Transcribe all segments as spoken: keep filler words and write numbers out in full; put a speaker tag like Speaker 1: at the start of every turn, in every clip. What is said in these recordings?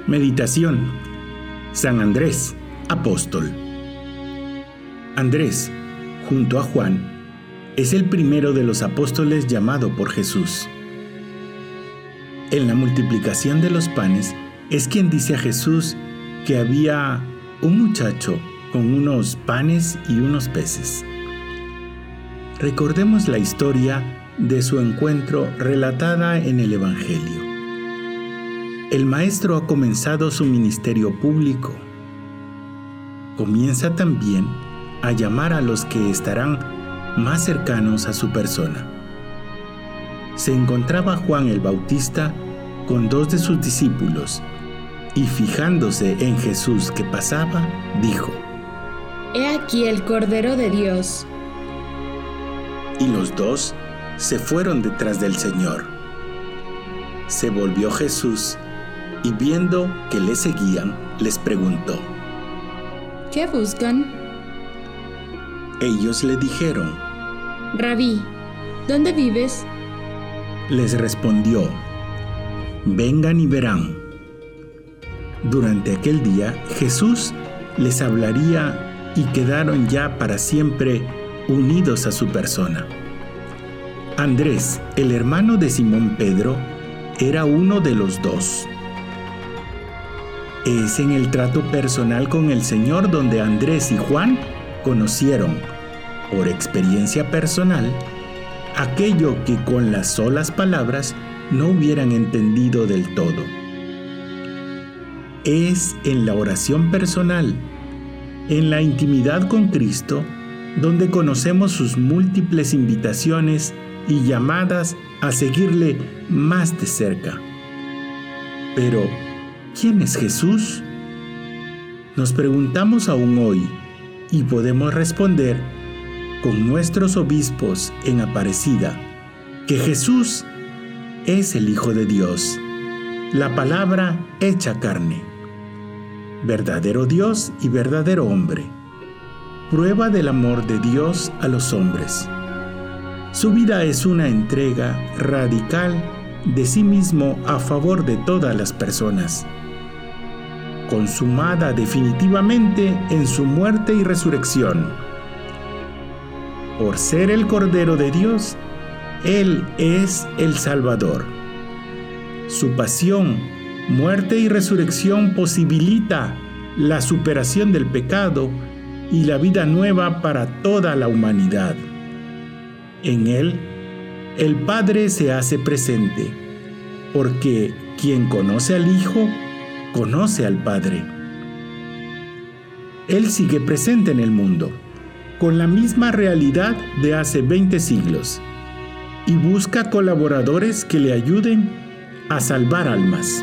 Speaker 1: Meditación. San Andrés, apóstol. Andrés, junto a Juan, es el primero de los apóstoles llamado por Jesús. En la multiplicación de los panes es quien dice a Jesús que había un muchacho con unos panes y unos peces. Recordemos la historia de su encuentro relatada en el Evangelio. El Maestro ha comenzado su ministerio público. Comienza también a llamar a los que estarán más cercanos a su persona. Se encontraba Juan el Bautista con dos de sus discípulos y fijándose en Jesús que pasaba, dijo:
Speaker 2: He aquí el Cordero de Dios.
Speaker 1: Y los dos se fueron detrás del Señor. Se volvió Jesús y viendo que le seguían, les preguntó:
Speaker 2: ¿Qué buscan?
Speaker 1: Ellos le dijeron:
Speaker 2: Rabí, ¿dónde vives?
Speaker 1: Les respondió: Vengan y verán. Durante aquel día Jesús les hablaría y quedaron ya para siempre unidos a su persona. Andrés, el hermano de Simón Pedro, era uno de los dos. Es en el trato personal con el Señor donde Andrés y Juan conocieron, por experiencia personal, aquello que con las solas palabras no hubieran entendido del todo. Es en la oración personal, en la intimidad con Cristo, donde conocemos sus múltiples invitaciones y llamadas a seguirle más de cerca. Pero, ¿quién es Jesús? Nos preguntamos aún hoy y podemos responder con nuestros obispos en Aparecida que Jesús es el Hijo de Dios, la palabra hecha carne, verdadero Dios y verdadero hombre, prueba del amor de Dios a los hombres. Su vida es una entrega radical de sí mismo a favor de todas las personas, consumada definitivamente en su muerte y resurrección. Por ser el Cordero de Dios, Él es el Salvador. Su pasión, muerte y resurrección posibilita la superación del pecado y la vida nueva para toda la humanidad. En Él, el Padre se hace presente, porque quien conoce al Hijo, conoce al Padre. Él sigue presente en el mundo, con la misma realidad de hace veinte siglos, y busca colaboradores que le ayuden a salvar almas.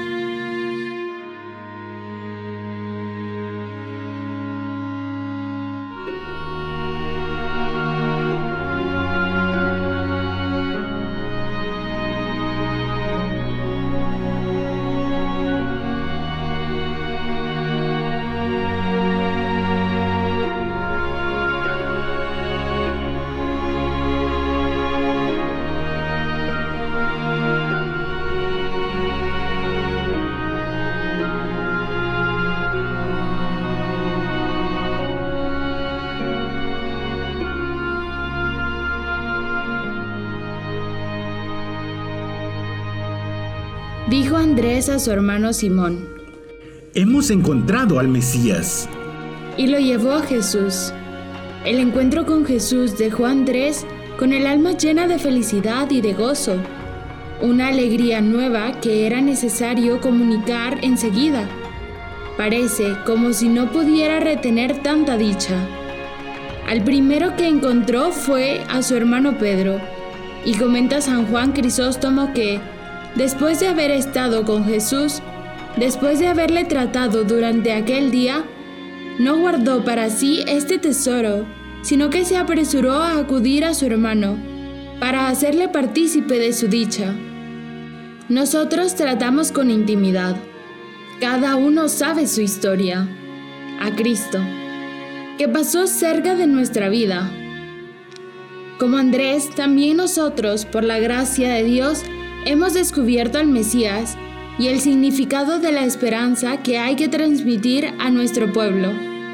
Speaker 2: Dijo Andrés a su hermano Simón:
Speaker 1: Hemos encontrado al Mesías.
Speaker 2: Y lo llevó a Jesús. El encuentro con Jesús dejó a Andrés con el alma llena de felicidad y de gozo, una alegría nueva que era necesario comunicar enseguida. Parece como si no pudiera retener tanta dicha. Al primero que encontró fue a su hermano Pedro, y comenta San Juan Crisóstomo que, después de haber estado con Jesús, después de haberle tratado durante aquel día, no guardó para sí este tesoro, sino que se apresuró a acudir a su hermano, para hacerle partícipe de su dicha. Nosotros tratamos con intimidad. Cada uno sabe su historia. A Cristo, que pasó cerca de nuestra vida. Como Andrés, también nosotros, por la gracia de Dios, hemos descubierto al Mesías y el significado de la esperanza que hay que transmitir a nuestro pueblo.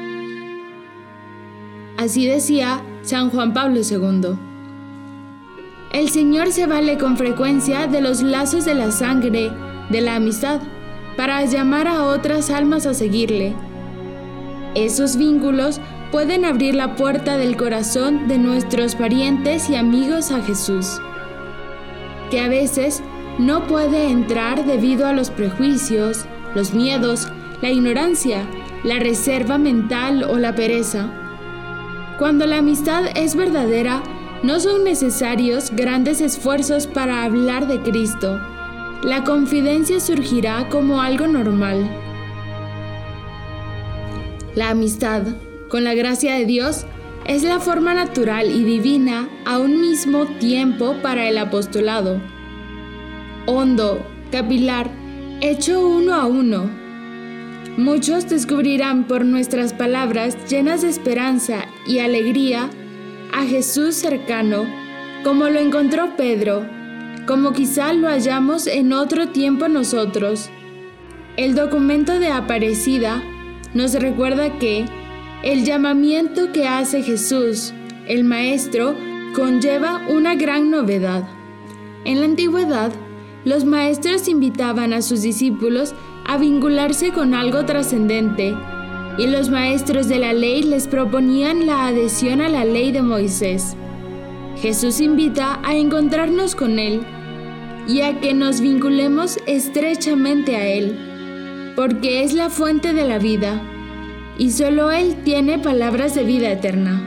Speaker 2: Así decía San Juan Pablo segundo. El Señor se vale con frecuencia de los lazos de la sangre, de la amistad, para llamar a otras almas a seguirle. Esos vínculos pueden abrir la puerta del corazón de nuestros parientes y amigos a Jesús, que a veces no puede entrar debido a los prejuicios, los miedos, la ignorancia, la reserva mental o la pereza. Cuando la amistad es verdadera, no son necesarios grandes esfuerzos para hablar de Cristo. La confidencia surgirá como algo normal. La amistad, con la gracia de Dios, es la forma natural y divina a un mismo tiempo para el apostolado. Hondo, capilar, hecho uno a uno. Muchos descubrirán por nuestras palabras llenas de esperanza y alegría a Jesús cercano, como lo encontró Pedro, como quizá lo hallamos en otro tiempo nosotros. El documento de Aparecida nos recuerda que el llamamiento que hace Jesús, el Maestro, conlleva una gran novedad. En la antigüedad, los maestros invitaban a sus discípulos a vincularse con algo trascendente, y los maestros de la ley les proponían la adhesión a la ley de Moisés. Jesús invita a encontrarnos con Él y a que nos vinculemos estrechamente a Él, porque es la fuente de la vida, y solo Él tiene palabras de vida eterna.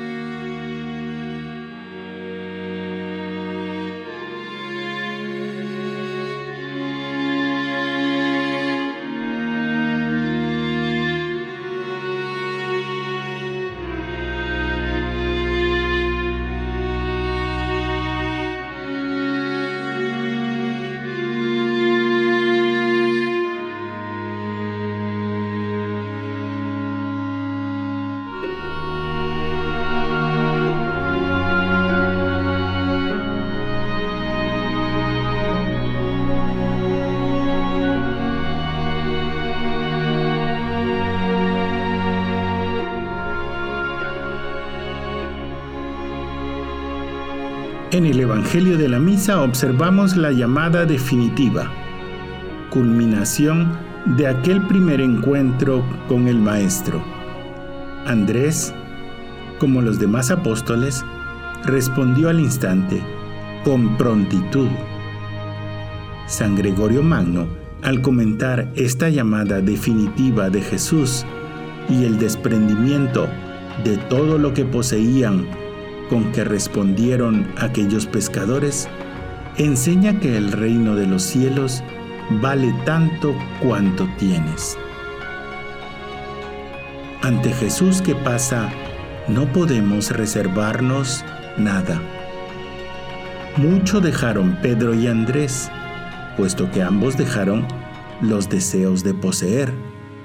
Speaker 1: En el Evangelio de la Misa observamos la llamada definitiva, culminación de aquel primer encuentro con el Maestro. Andrés, como los demás apóstoles, respondió al instante, con prontitud. San Gregorio Magno, al comentar esta llamada definitiva de Jesús y el desprendimiento de todo lo que poseían con que respondieron aquellos pescadores, enseña que el reino de los cielos vale tanto cuanto tienes. Ante Jesús que pasa, no podemos reservarnos nada. Mucho dejaron Pedro y Andrés, puesto que ambos dejaron los deseos de poseer.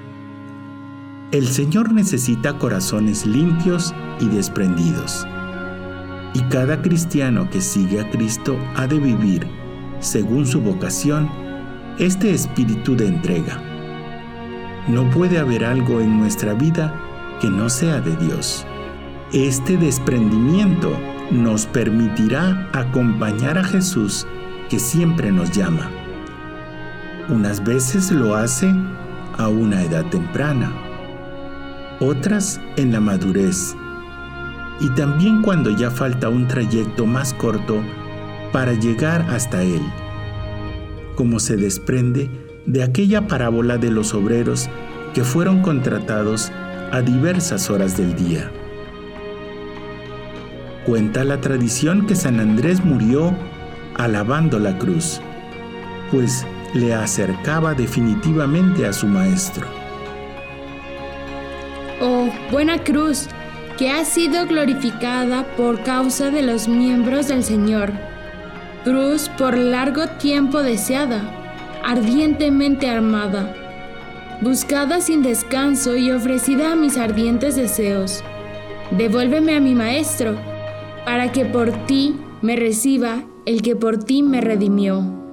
Speaker 1: El Señor necesita corazones limpios y desprendidos. Y cada cristiano que sigue a Cristo ha de vivir, según su vocación, este espíritu de entrega. No puede haber algo en nuestra vida que no sea de Dios. Este desprendimiento nos permitirá acompañar a Jesús, que siempre nos llama. Unas veces lo hace a una edad temprana, otras en la madurez, y también cuando ya falta un trayecto más corto para llegar hasta Él, como se desprende de aquella parábola de los obreros que fueron contratados a diversas horas del día. Cuenta la tradición que San Andrés murió alabando la cruz, pues le acercaba definitivamente a su Maestro.
Speaker 2: Oh, buena cruz, que ha sido glorificada por causa de los miembros del Señor. Cruz por largo tiempo deseada, ardientemente armada, buscada sin descanso y ofrecida a mis ardientes deseos. Devuélveme a mi Maestro, para que por ti me reciba el que por ti me redimió.